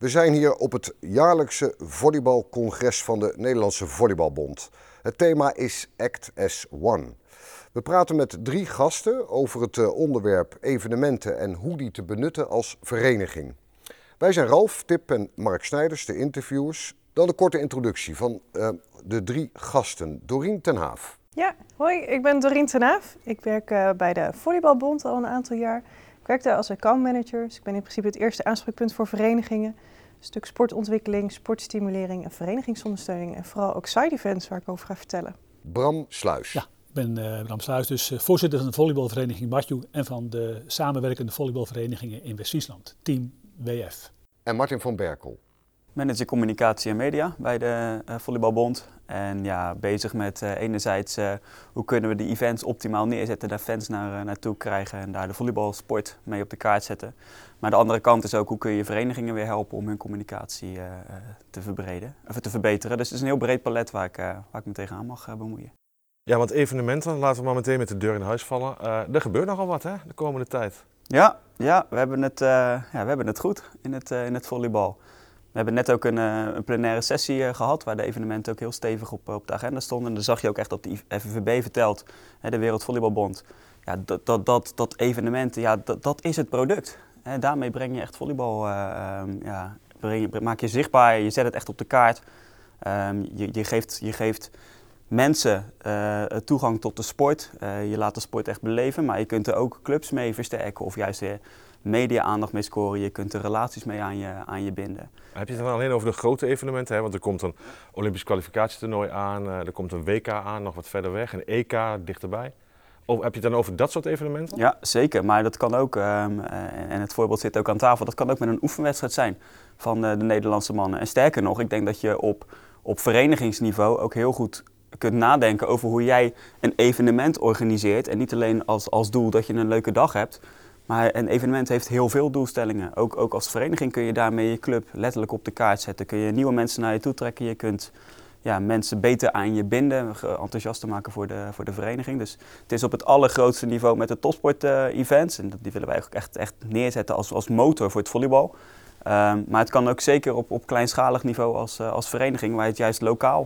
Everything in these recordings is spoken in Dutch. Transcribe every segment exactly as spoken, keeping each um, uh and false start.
We zijn hier op het jaarlijkse volleybalcongres van de Nederlandse Volleybalbond. Het thema is Act as One. We praten met drie gasten over het onderwerp evenementen en hoe die te benutten als vereniging. Wij zijn Ralf, Tip en Mark Snijders, de interviewers. Dan een korte introductie van uh, de drie gasten. Dorien ten Haaf. Ja, hoi, ik ben Dorien ten Haaf. Ik werk uh, bij de Volleybalbond al een aantal jaar. Ik werk daar als accountmanager, dus ik ben in principe het eerste aanspreekpunt voor verenigingen. Een stuk sportontwikkeling, sportstimulering en verenigingsondersteuning en vooral ook side events waar ik over ga vertellen. Bram Sluis. Ja, ik ben uh, Bram Sluis, dus uh, voorzitter van de volleybalvereniging Matju en van de samenwerkende volleybalverenigingen in West-Friesland, Team W F. En Martin van Berkel. Manager communicatie en media bij de uh, Volleybalbond. En ja, bezig met uh, enerzijds uh, hoe kunnen we de events optimaal neerzetten, daar fans naar, uh, naartoe krijgen en daar de volleybalsport mee op de kaart zetten. Maar de andere kant is ook hoe kun je verenigingen weer helpen om hun communicatie uh, te verbreden, of te verbeteren. Dus het is een heel breed palet waar ik, uh, waar ik me tegenaan mag uh, bemoeien. Ja, want evenementen, laten we maar meteen met de deur in huis vallen. Uh, er gebeurt nogal wat hè, de komende tijd. Ja, ja, we, hebben het, uh, ja we hebben het goed in het, uh, in het volleybal. We hebben net ook een, een plenaire sessie uh, gehad waar de evenementen ook heel stevig op, op de agenda stonden. En dan zag je ook echt dat de F N V B vertelt, hè, de Wereldvolleybalbond, ja, dat, dat, dat, dat evenementen, ja, dat, dat is het product. Hè, daarmee breng je echt volleybal, uh, um, ja, breng je, maak je zichtbaar, je zet het echt op de kaart. Um, je, je, geeft, je geeft mensen uh, toegang tot de sport, uh, je laat de sport echt beleven, maar je kunt er ook clubs mee versterken of juist weer media-aandacht mee scoren. Je kunt er relaties mee aan je, aan je binden. Heb je het dan alleen over de grote evenementen? Hè? Want er komt een Olympisch kwalificatietoernooi aan, uh, er komt een W K aan, nog wat verder weg, een E K dichterbij. Of heb je het dan over dat soort evenementen? Ja, zeker. Maar dat kan ook, um, uh, en het voorbeeld zit ook aan tafel, dat kan ook met een oefenwedstrijd zijn van uh, de Nederlandse mannen. En sterker nog, ik denk dat je op, op verenigingsniveau ook heel goed kunt nadenken over hoe jij een evenement organiseert. En niet alleen als, als doel dat je een leuke dag hebt. Maar een evenement heeft heel veel doelstellingen. Ook, ook als vereniging kun je daarmee je club letterlijk op de kaart zetten. Kun je nieuwe mensen naar je toe trekken. Je kunt ja, mensen beter aan je binden, enthousiaster maken voor de, voor de vereniging. Dus het is op het allergrootste niveau met de topsport-events. Uh, en die willen wij ook echt, echt neerzetten als, als motor voor het volleybal. Um, maar het kan ook zeker op, op kleinschalig niveau als, uh, als vereniging, waar je het juist lokaal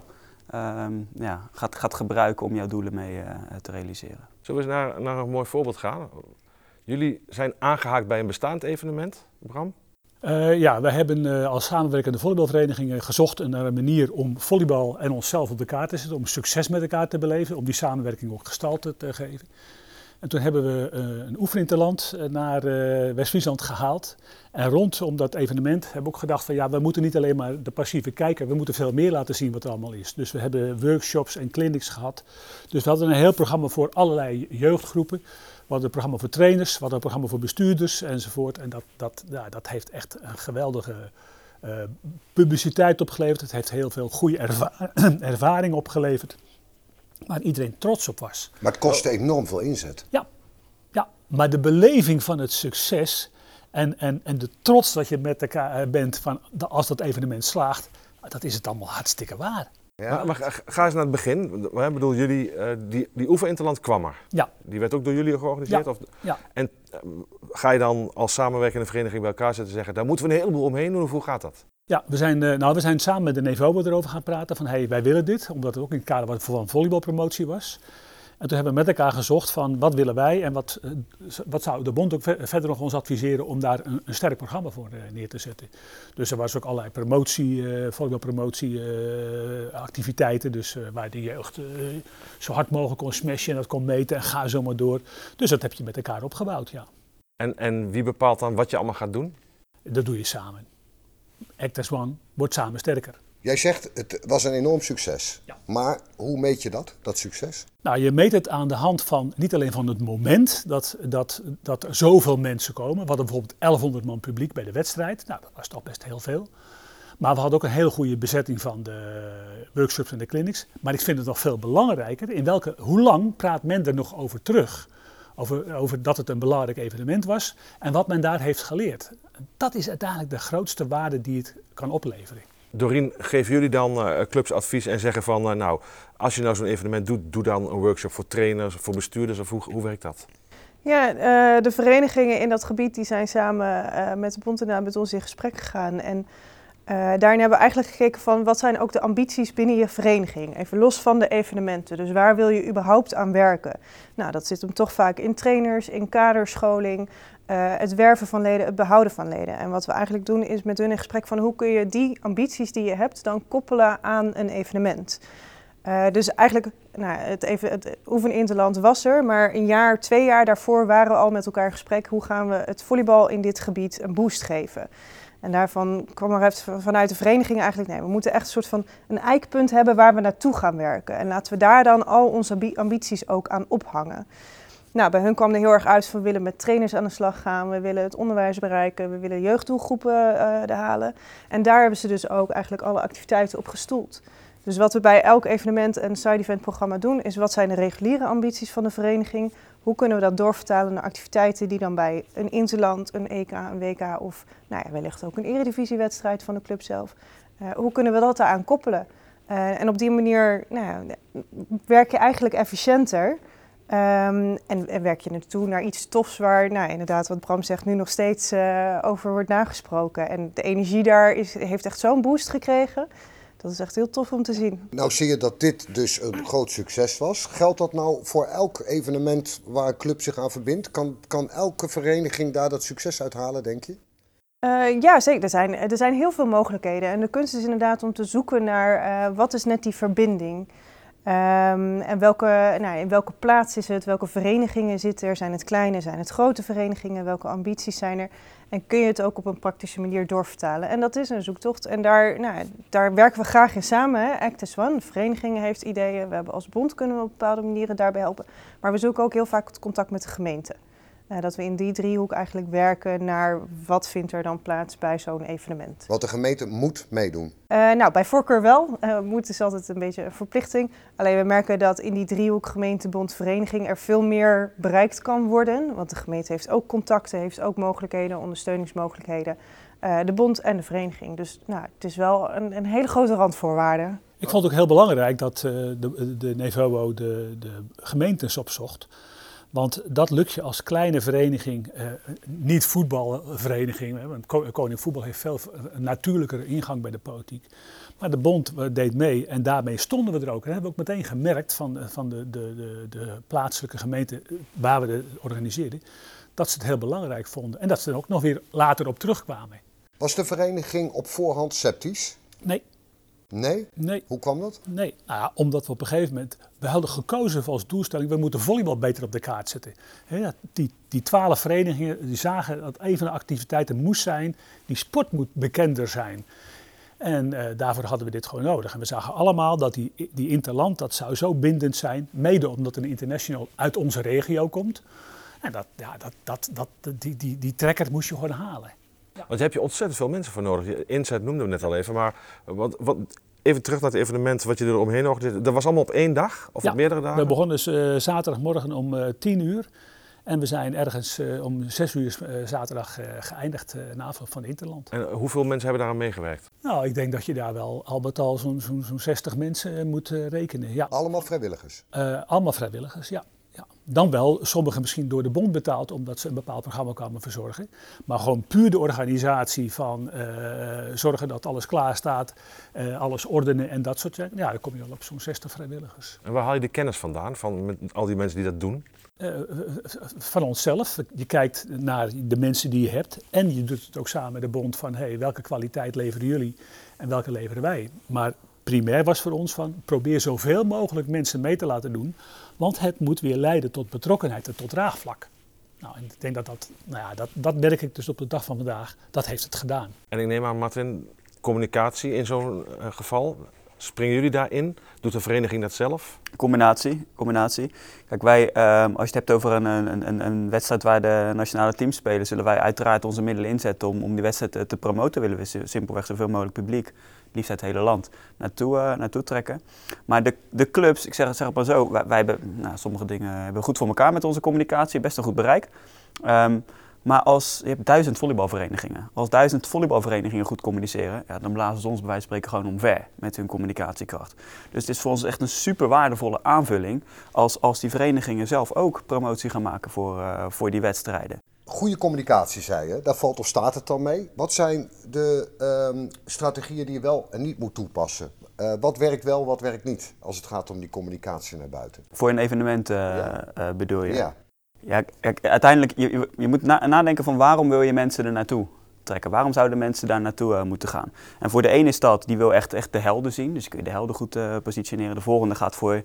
um, ja, gaat, gaat gebruiken om jouw doelen mee uh, te realiseren. Zullen we eens naar, naar een mooi voorbeeld gaan? Jullie zijn aangehaakt bij een bestaand evenement, Bram? Uh, ja, wij hebben uh, als samenwerkende volleybalverenigingen gezocht naar een manier om volleybal en onszelf op de kaart te zetten, om succes met elkaar te beleven, om die samenwerking ook gestalte te geven. En toen hebben we uh, een oefeninterland naar uh, West-Friesland gehaald. En rondom dat evenement hebben we ook gedacht van ja, we moeten niet alleen maar de passieve kijker, we moeten veel meer laten zien wat er allemaal is. Dus we hebben workshops en clinics gehad. Dus we hadden een heel programma voor allerlei jeugdgroepen. We hadden een programma voor trainers, we hadden een programma voor bestuurders enzovoort. En dat, dat, ja, dat heeft echt een geweldige uh, publiciteit opgeleverd. Het heeft heel veel goede erva- ervaring opgeleverd. Waar iedereen trots op was. Maar het kostte enorm veel inzet. Ja, ja, maar de beleving van het succes en, en, en de trots dat je met elkaar bent van als dat evenement slaagt, dat is het allemaal hartstikke waar. Ja, maar ga eens naar het begin. Ik bedoel, jullie, uh, die, die oefeninterland kwam er. Ja. Die werd ook door jullie georganiseerd? Ja. Of, ja. En uh, ga je dan als samenwerkende vereniging bij elkaar zitten en zeggen, daar moeten we een heleboel omheen doen, of hoe gaat dat? Ja, we zijn, uh, nou, we zijn samen met de Nevo erover gaan praten van hey, wij willen dit, omdat het ook in het kader van volleybalpromotie was. En toen hebben we met elkaar gezocht van wat willen wij en wat, uh, wat zou de bond ook verder nog ons adviseren om daar een, een sterk programma voor uh, neer te zetten. Dus er was ook allerlei promotie, uh, volleybalpromotie uh, activiteiten, dus uh, waar de jeugd uh, zo hard mogelijk kon smashen en dat kon meten en ga zo maar door. Dus dat heb je met elkaar opgebouwd, ja. En, en wie bepaalt dan wat je allemaal gaat doen? Dat doe je samen. Act as One, wordt samen sterker. Jij zegt het was een enorm succes. Ja. Maar hoe meet je dat, dat succes? Nou, je meet het aan de hand van niet alleen van het moment dat, dat, dat er zoveel mensen komen. We hadden bijvoorbeeld elfhonderd man publiek bij de wedstrijd. Nou, dat was toch best heel veel. Maar we hadden ook een hele goede bezetting van de workshops en de clinics. Maar ik vind het nog veel belangrijker, in welke, hoe lang praat men er nog over terug? Over, over dat het een belangrijk evenement was en wat men daar heeft geleerd. Dat is uiteindelijk de grootste waarde die het kan opleveren. Dorien, geven jullie dan uh, clubs advies en zeggen van, uh, nou, als je nou zo'n evenement doet, doe dan een workshop voor trainers, voor bestuurders of hoe, hoe werkt dat? Ja, uh, de verenigingen in dat gebied die zijn samen uh, met de bond en met ons in gesprek gegaan. En uh, daarin hebben we eigenlijk gekeken van wat zijn ook de ambities binnen je vereniging. Even los van de evenementen. Dus waar wil je überhaupt aan werken? Nou, dat zit hem toch vaak in trainers, in kaderscholing, uh, het werven van leden, het behouden van leden. En wat we eigenlijk doen is met hun in gesprek van hoe kun je die ambities die je hebt dan koppelen aan een evenement. Uh, dus eigenlijk, nou, het, even, het oefeninterland was er, maar een jaar, twee jaar daarvoor waren we al met elkaar in gesprek. Hoe gaan we het volleybal in dit gebied een boost geven? En daarvan kwam er vanuit de vereniging eigenlijk, nee, we moeten echt een soort van een eikpunt hebben waar we naartoe gaan werken. En laten we daar dan al onze ambities ook aan ophangen. Nou, bij hun kwam er heel erg uit van we willen met trainers aan de slag gaan, we willen het onderwijs bereiken, we willen jeugddoelgroepen uh, halen. En daar hebben ze dus ook eigenlijk alle activiteiten op gestoeld. Dus wat we bij elk evenement en side-event programma doen, is wat zijn de reguliere ambities van de vereniging? Hoe kunnen we dat doorvertalen naar activiteiten die dan bij een interland, een E K, een W K of nou ja, wellicht ook een eredivisiewedstrijd van de club zelf. Uh, hoe kunnen we dat daaraan koppelen? Uh, en op die manier nou ja, werk je eigenlijk efficiënter. Um, en, en werk je naartoe naar iets tofs waar, nou, inderdaad, wat Bram zegt, nu nog steeds uh, over wordt nagesproken. En de energie daar is, heeft echt zo'n boost gekregen. Dat is echt heel tof om te zien. Nou zie je dat dit dus een groot succes was. Geldt dat nou voor elk evenement waar een club zich aan verbindt? Kan, kan elke vereniging daar dat succes uit halen, denk je? Uh, ja, zeker. Er zijn, er zijn heel veel mogelijkheden. En de kunst is inderdaad om te zoeken naar uh, wat is net die verbinding. Um, en welke, nou, in welke plaats is het, welke verenigingen zitten er, zijn het kleine, zijn het grote verenigingen, welke ambities zijn er en kun je het ook op een praktische manier doorvertalen. En dat is een zoektocht en daar, nou, daar werken we graag in samen. Hè. Act as One, de vereniging heeft ideeën, we hebben als bond kunnen we op bepaalde manieren daarbij helpen, maar we zoeken ook heel vaak het contact met de gemeente. Uh, dat we in die driehoek eigenlijk werken naar wat vindt er dan plaats bij zo'n evenement. Want de gemeente moet meedoen. Uh, nou, bij voorkeur wel. Uh, moet is altijd een beetje een verplichting. Alleen we merken dat in die driehoek gemeente, bond, vereniging er veel meer bereikt kan worden. Want de gemeente heeft ook contacten, heeft ook mogelijkheden, ondersteuningsmogelijkheden. Uh, de bond en de vereniging. Dus nou, het is wel een, een hele grote randvoorwaarde. Ik vond het ook heel belangrijk dat uh, de, de Nevowo de, de gemeentes opzocht. Want dat lukt je als kleine vereniging, eh, niet voetbalvereniging. Hè, want Koning Voetbal heeft veel een natuurlijkere ingang bij de politiek. Maar de bond deed mee en daarmee stonden we er ook. En hebben we ook meteen gemerkt van, van de, de, de, de plaatselijke gemeente waar we het organiseerden, dat ze het heel belangrijk vonden. En dat ze er ook nog weer later op terugkwamen. Was de vereniging op voorhand sceptisch? Nee. Nee? Nee. Hoe kwam dat? Nee, nou ja, omdat we op een gegeven moment, we hadden gekozen voor als doelstelling, we moeten volleybal beter op de kaart zetten. He, die, die twaalf verenigingen die zagen dat een van de activiteiten moest zijn, die sport moet bekender zijn. En uh, daarvoor hadden we dit gewoon nodig. En we zagen allemaal dat die, die interland, dat zou zo bindend zijn, mede omdat een international uit onze regio komt. En dat, ja, dat, dat, dat, die, die, die trekker moest je gewoon halen. Ja. Want daar heb je ontzettend veel mensen voor nodig. Inzet noemden we net al even, maar wat, wat, even terug naar het evenement wat je er omheen organiseerde. Dat was allemaal op één dag of ja, op meerdere dagen? We begonnen dus, uh, zaterdagmorgen om uh, tien uur en we zijn ergens uh, om zes uur uh, zaterdag uh, geëindigd uh, na afloop van de Interland. En hoeveel mensen hebben daaraan meegewerkt? Nou, ik denk dat je daar wel al met al zo'n zo'n zo'n zestig mensen uh, moet uh, rekenen. Ja. Allemaal vrijwilligers? Uh, allemaal vrijwilligers, ja. Ja. Dan wel, sommigen misschien door de bond betaald omdat ze een bepaald programma kwamen verzorgen. Maar gewoon puur de organisatie van uh, zorgen dat alles klaar staat, uh, alles ordenen en dat soort dingen. Ja, dan kom je al op zo'n zestig vrijwilligers. En waar haal je de kennis vandaan, van met al die mensen die dat doen? Uh, van onszelf. Je kijkt naar de mensen die je hebt en je doet het ook samen met de bond van hey, welke kwaliteit leveren jullie en welke leveren wij. Maar primair was voor ons van probeer zoveel mogelijk mensen mee te laten doen. Want het moet weer leiden tot betrokkenheid en tot draagvlak. Nou, en ik denk dat dat, nou ja, dat, dat merk ik dus op de dag van vandaag, dat heeft het gedaan. En ik neem aan, Martin, communicatie in zo'n uh, geval, springen jullie daarin? Doet de vereniging dat zelf? Combinatie, combinatie. Kijk, wij, uh, als je het hebt over een, een, een, een wedstrijd waar de nationale teams spelen, zullen wij uiteraard onze middelen inzetten om, om die wedstrijd te, te promoten. Willen we simpelweg zoveel mogelijk publiek, liefst uit het hele land, naartoe, uh, naartoe trekken. Maar de, de clubs, ik zeg het zeg maar zo, wij, wij hebben nou, sommige dingen hebben we goed voor elkaar met onze communicatie, best een goed bereik. Um, Maar als je hebt duizend volleybalverenigingen. Als duizend volleybalverenigingen goed communiceren, ja, dan blazen ze ons bij wijze van spreken gewoon omver met hun communicatiekracht. Dus het is voor ons echt een super waardevolle aanvulling als, als die verenigingen zelf ook promotie gaan maken voor, uh, voor die wedstrijden. Goede communicatie, zei je. Daar valt of staat het dan mee. Wat zijn de um, strategieën die je wel en niet moet toepassen? Uh, wat werkt wel, wat werkt niet als het gaat om die communicatie naar buiten? Voor een evenement uh, ja. uh, bedoel je? Ja. Ja, kijk, uiteindelijk, je, je moet na, nadenken van waarom wil je mensen er naartoe trekken? Waarom zouden mensen daar naartoe uh, moeten gaan? En voor de ene is dat, die wil echt, echt de helden zien. Dus kun je de helden goed uh, positioneren. De volgende gaat voor uh,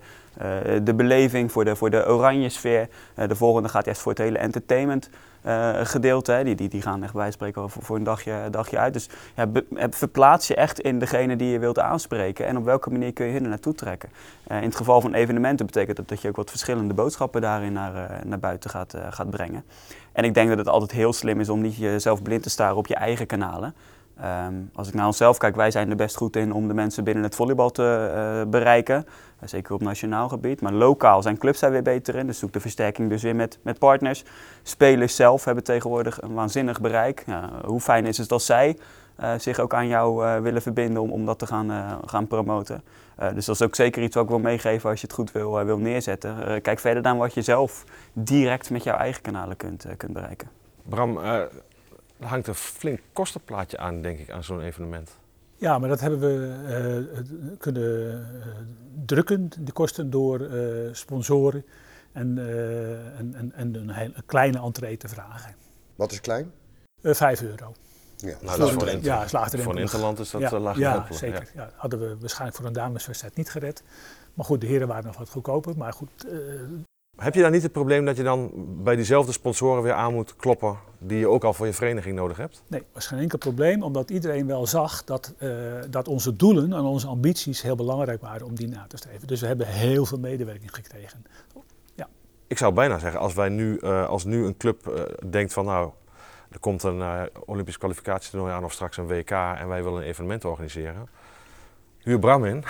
de beleving, voor de, voor de oranje sfeer. Uh, de volgende gaat juist voor het hele entertainment uh, gedeelte. Hè. Die, die, die gaan echt bij wijze van spreken voor, voor een dagje, dagje uit. Dus ja, be, verplaats je echt in degene die je wilt aanspreken. En op welke manier kun je hun er naartoe trekken? Uh, in het geval van evenementen betekent dat dat je ook wat verschillende boodschappen daarin naar, uh, naar buiten gaat, uh, gaat brengen. En ik denk dat het altijd heel slim is om niet jezelf blind te staren op je eigen kanalen. Um, als ik naar onszelf kijk, wij zijn er best goed in om de mensen binnen het volleybal te uh, bereiken. Uh, zeker op nationaal gebied. Maar lokaal zijn clubs daar weer beter in. Dus zoek de versterking dus weer met, met partners. Spelers zelf hebben tegenwoordig een waanzinnig bereik. Ja, hoe fijn is het als zij uh, zich ook aan jou uh, willen verbinden om, om dat te gaan, uh, gaan promoten. Uh, dus dat is ook zeker iets wat ik wil meegeven als je het goed wil, uh, wil neerzetten. Uh, kijk verder dan wat je zelf direct met jouw eigen kanalen kunt, uh, kunt bereiken. Bram, uh, er hangt een flink kostenplaatje aan, denk ik, aan zo'n evenement. Ja, maar dat hebben we uh, kunnen uh, drukken, die kosten, door uh, sponsoren en, uh, en, en, en een, hele, een kleine entree te vragen. Wat is klein? Uh, vijf euro. Ja, nou, dat is voor, een, ja, is voor een interland is dat ja, laag ja, zeker. Ja. Ja, hadden we waarschijnlijk voor een dameswedstrijd niet gered. Maar goed, de heren waren nog wat goedkoper. Maar goed, uh, heb je dan niet het probleem dat je dan bij diezelfde sponsoren weer aan moet kloppen die je ook al voor je vereniging nodig hebt? Nee, dat is geen enkel probleem, omdat iedereen wel zag dat, uh, dat onze doelen en onze ambities heel belangrijk waren om die na te streven. Dus we hebben heel veel medewerking gekregen. Ja. Ik zou bijna zeggen, als wij nu, uh, als nu een club uh, denkt van nou, er komt een uh, Olympisch kwalificatietoernooi aan of straks een W K en wij willen een evenement organiseren. Huur Bram in.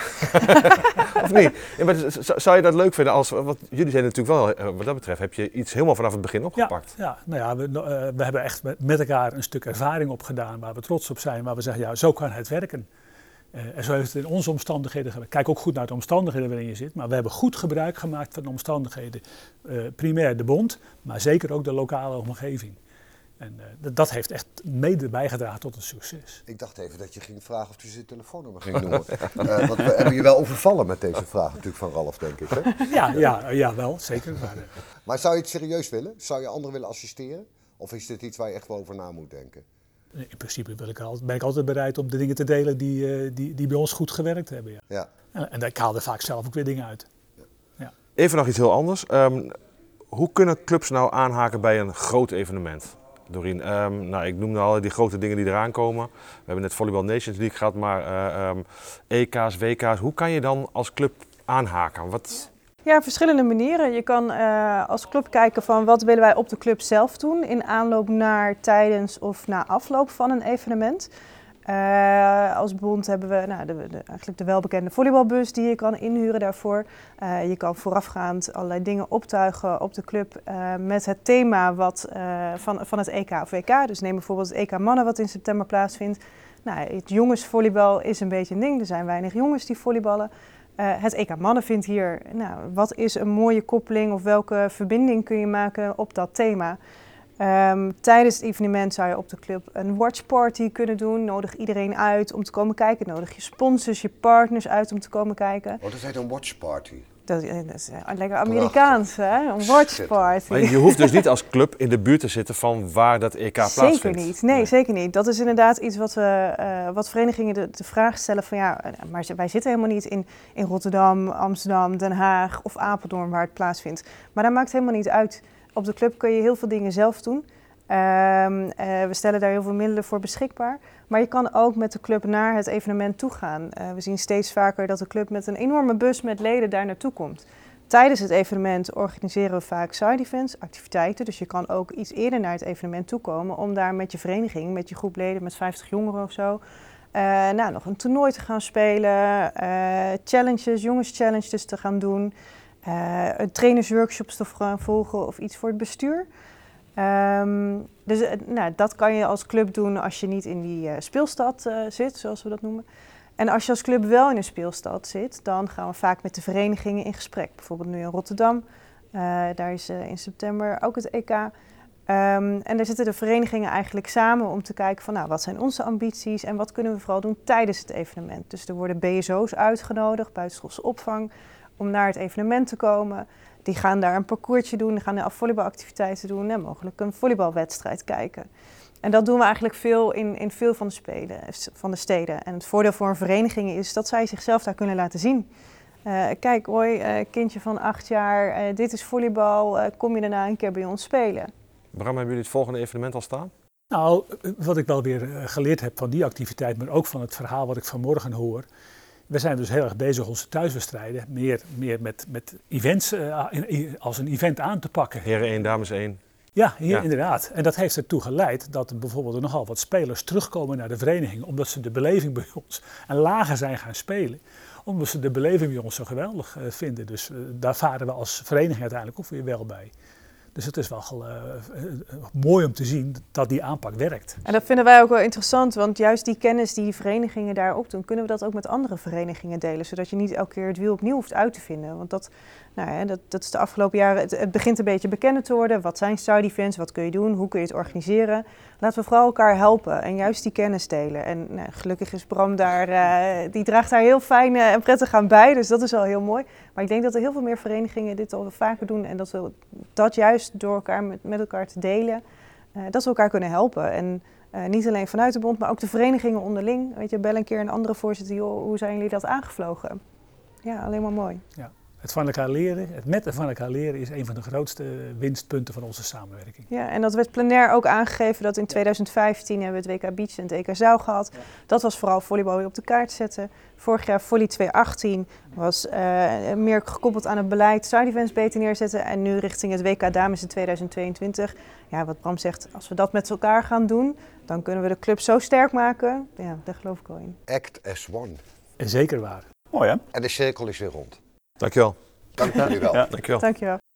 Of niet? Ja, maar zou je dat leuk vinden als, want jullie zijn natuurlijk wel, wat dat betreft, heb je iets helemaal vanaf het begin opgepakt? Ja, ja, nou ja, we, uh, we hebben echt met, met elkaar een stuk ervaring opgedaan waar we trots op zijn, waar we zeggen, ja, zo kan het werken. Uh, en zo heeft het in onze omstandigheden gewerkt. Kijk ook goed naar de omstandigheden waarin je zit, maar we hebben goed gebruik gemaakt van de omstandigheden. Uh, primair de bond, maar zeker ook de lokale omgeving. En uh, dat heeft echt mede bijgedragen tot een succes. Ik dacht even dat je ging vragen of je zijn telefoonnummer ging noemen. uh, want we hebben je wel overvallen met deze vraag natuurlijk van Ralf, denk ik. Hè? Ja, ja, ja, wel, zeker. Maar, uh... maar zou je het serieus willen? Zou je anderen willen assisteren? Of is dit iets waar je echt wel over na moet denken? In principe wil ik altijd, ben ik altijd bereid om de dingen te delen die, uh, die, die bij ons goed gewerkt hebben. Ja. Ja. En, en ik haal er vaak zelf ook weer dingen uit. Ja. Ja. Even nog iets heel anders. Um, hoe kunnen clubs nou aanhaken bij een groot evenement? Dorien, um, nou, ik noemde al die grote dingen die eraan komen. We hebben net Volleybal Nations League gehad, maar uh, um, E K's, W K's. Hoe kan je dan als club aanhaken? Wat... Ja, verschillende manieren. Je kan uh, als club kijken van wat willen wij op de club zelf doen in aanloop naar, tijdens of na afloop van een evenement. Uh, als bond hebben we nou, de, de, eigenlijk de welbekende volleybalbus die je kan inhuren daarvoor. Uh, je kan voorafgaand allerlei dingen optuigen op de club uh, met het thema wat, uh, van, van het E K of W K. Dus neem bijvoorbeeld het E K mannen wat in september plaatsvindt. Nou, het jongensvolleybal is een beetje een ding. Er zijn weinig jongens die volleyballen. Uh, het E K mannen vindt hier, nou, wat is een mooie koppeling of welke verbinding kun je maken op dat thema. Um, tijdens het evenement zou je op de club een watchparty kunnen doen. Nodig iedereen uit om te komen kijken. Nodig je sponsors, je partners uit om te komen kijken. Oh, dat heet een watchparty. Dat, dat is lekker Amerikaans, hè? Een watchparty. Maar je hoeft dus niet als club in de buurt te zitten van waar dat E K plaatsvindt. Zeker niet. Nee, nee, zeker niet. Dat is inderdaad iets wat, we, uh, wat verenigingen de, de vraag stellen van ja, maar wij zitten helemaal niet in, in Rotterdam, Amsterdam, Den Haag of Apeldoorn waar het plaatsvindt. Maar dat maakt helemaal niet uit. Op de club kun je heel veel dingen zelf doen. Uh, uh, we stellen daar heel veel middelen voor beschikbaar. Maar je kan ook met de club naar het evenement toe gaan. Uh, we zien steeds vaker dat de club met een enorme bus met leden daar naartoe komt. Tijdens het evenement organiseren we vaak side events, activiteiten. Dus je kan ook iets eerder naar het evenement toe komen om daar met je vereniging, met je groep leden, met vijftig jongeren of zo, uh, nou, nog een toernooi te gaan spelen, uh, challenges, jongenschallenges te gaan doen. Uh, trainersworkshops te gaan volgen of iets voor het bestuur. Um, dus uh, nou, dat kan je als club doen als je niet in die uh, speelstad uh, zit, zoals we dat noemen. En als je als club wel in een speelstad zit, dan gaan we vaak met de verenigingen in gesprek. Bijvoorbeeld nu in Rotterdam, uh, daar is uh, in september ook het E K. Um, en daar zitten de verenigingen eigenlijk samen om te kijken van nou, wat zijn onze ambities en wat kunnen we vooral doen tijdens het evenement. Dus er worden B S O's uitgenodigd, buitenschoolse opvang, om naar het evenement te komen. Die gaan daar een parcoursje doen, die gaan daar volleybalactiviteiten doen en mogelijk een volleybalwedstrijd kijken. En dat doen we eigenlijk veel in, in veel van de, spelen, van de steden. En het voordeel voor een vereniging is dat zij zichzelf daar kunnen laten zien. Uh, kijk, hoi, uh, kindje van acht jaar, uh, dit is volleybal, uh, kom je daarna een keer bij ons spelen. Bram, hebben jullie het volgende evenement al staan? Nou, wat ik wel weer geleerd heb van die activiteit, maar ook van het verhaal wat ik vanmorgen hoor. We zijn dus heel erg bezig onze thuiswedstrijden meer, meer met, met events uh, in, als een event aan te pakken. Heren één, dames één. Ja, hier, ja, inderdaad. En dat heeft ertoe geleid dat er bijvoorbeeld er nogal wat spelers terugkomen naar de vereniging, omdat ze de beleving bij ons en lager zijn gaan spelen. Omdat ze de beleving bij ons zo geweldig uh, vinden. Dus uh, daar varen we als vereniging uiteindelijk ook weer wel bij. Dus het is wel uh, uh, mooi om te zien dat die aanpak werkt. En dat vinden wij ook wel interessant, want juist die kennis die verenigingen daar opdoen, kunnen we dat ook met andere verenigingen delen, zodat je niet elke keer het wiel opnieuw hoeft uit te vinden. Want dat, nou ja, dat, dat is de afgelopen jaren, het, het begint een beetje bekender te worden. Wat zijn side events, wat kun je doen, hoe kun je het organiseren? Laten we vooral elkaar helpen en juist die kennis delen. En nou, gelukkig is Bram daar, uh, die draagt daar heel fijn uh, en prettig aan bij, dus dat is wel heel mooi. Maar ik denk dat er heel veel meer verenigingen dit al vaker doen en dat we dat juist door elkaar met, met elkaar te delen, uh, dat we elkaar kunnen helpen. En uh, niet alleen vanuit de bond, maar ook de verenigingen onderling. Weet je, bel een keer een andere voorzitter, joh, hoe zijn jullie dat aangevlogen? Ja, alleen maar mooi. Ja. Het van elkaar leren, het met en van elkaar leren is een van de grootste winstpunten van onze samenwerking. Ja, en dat werd plenair ook aangegeven dat in tweeduizend vijftien hebben we het W K Beach en het E K Zaal gehad. Ja. Dat was vooral volleybal weer op de kaart zetten. Vorig jaar Volley tweeduizend achttien was uh, meer gekoppeld aan het beleid, side events beter neerzetten. En nu richting het W K Dames in tweeduizend tweeëntwintig. Ja, wat Bram zegt, als we dat met elkaar gaan doen, dan kunnen we de club zo sterk maken. Ja, daar geloof ik wel in. Act as one. En zeker waar. Mooi hè? En de cirkel is weer rond. Dankjewel. Dank jullie wel. Ja, dankjewel. Dankjewel.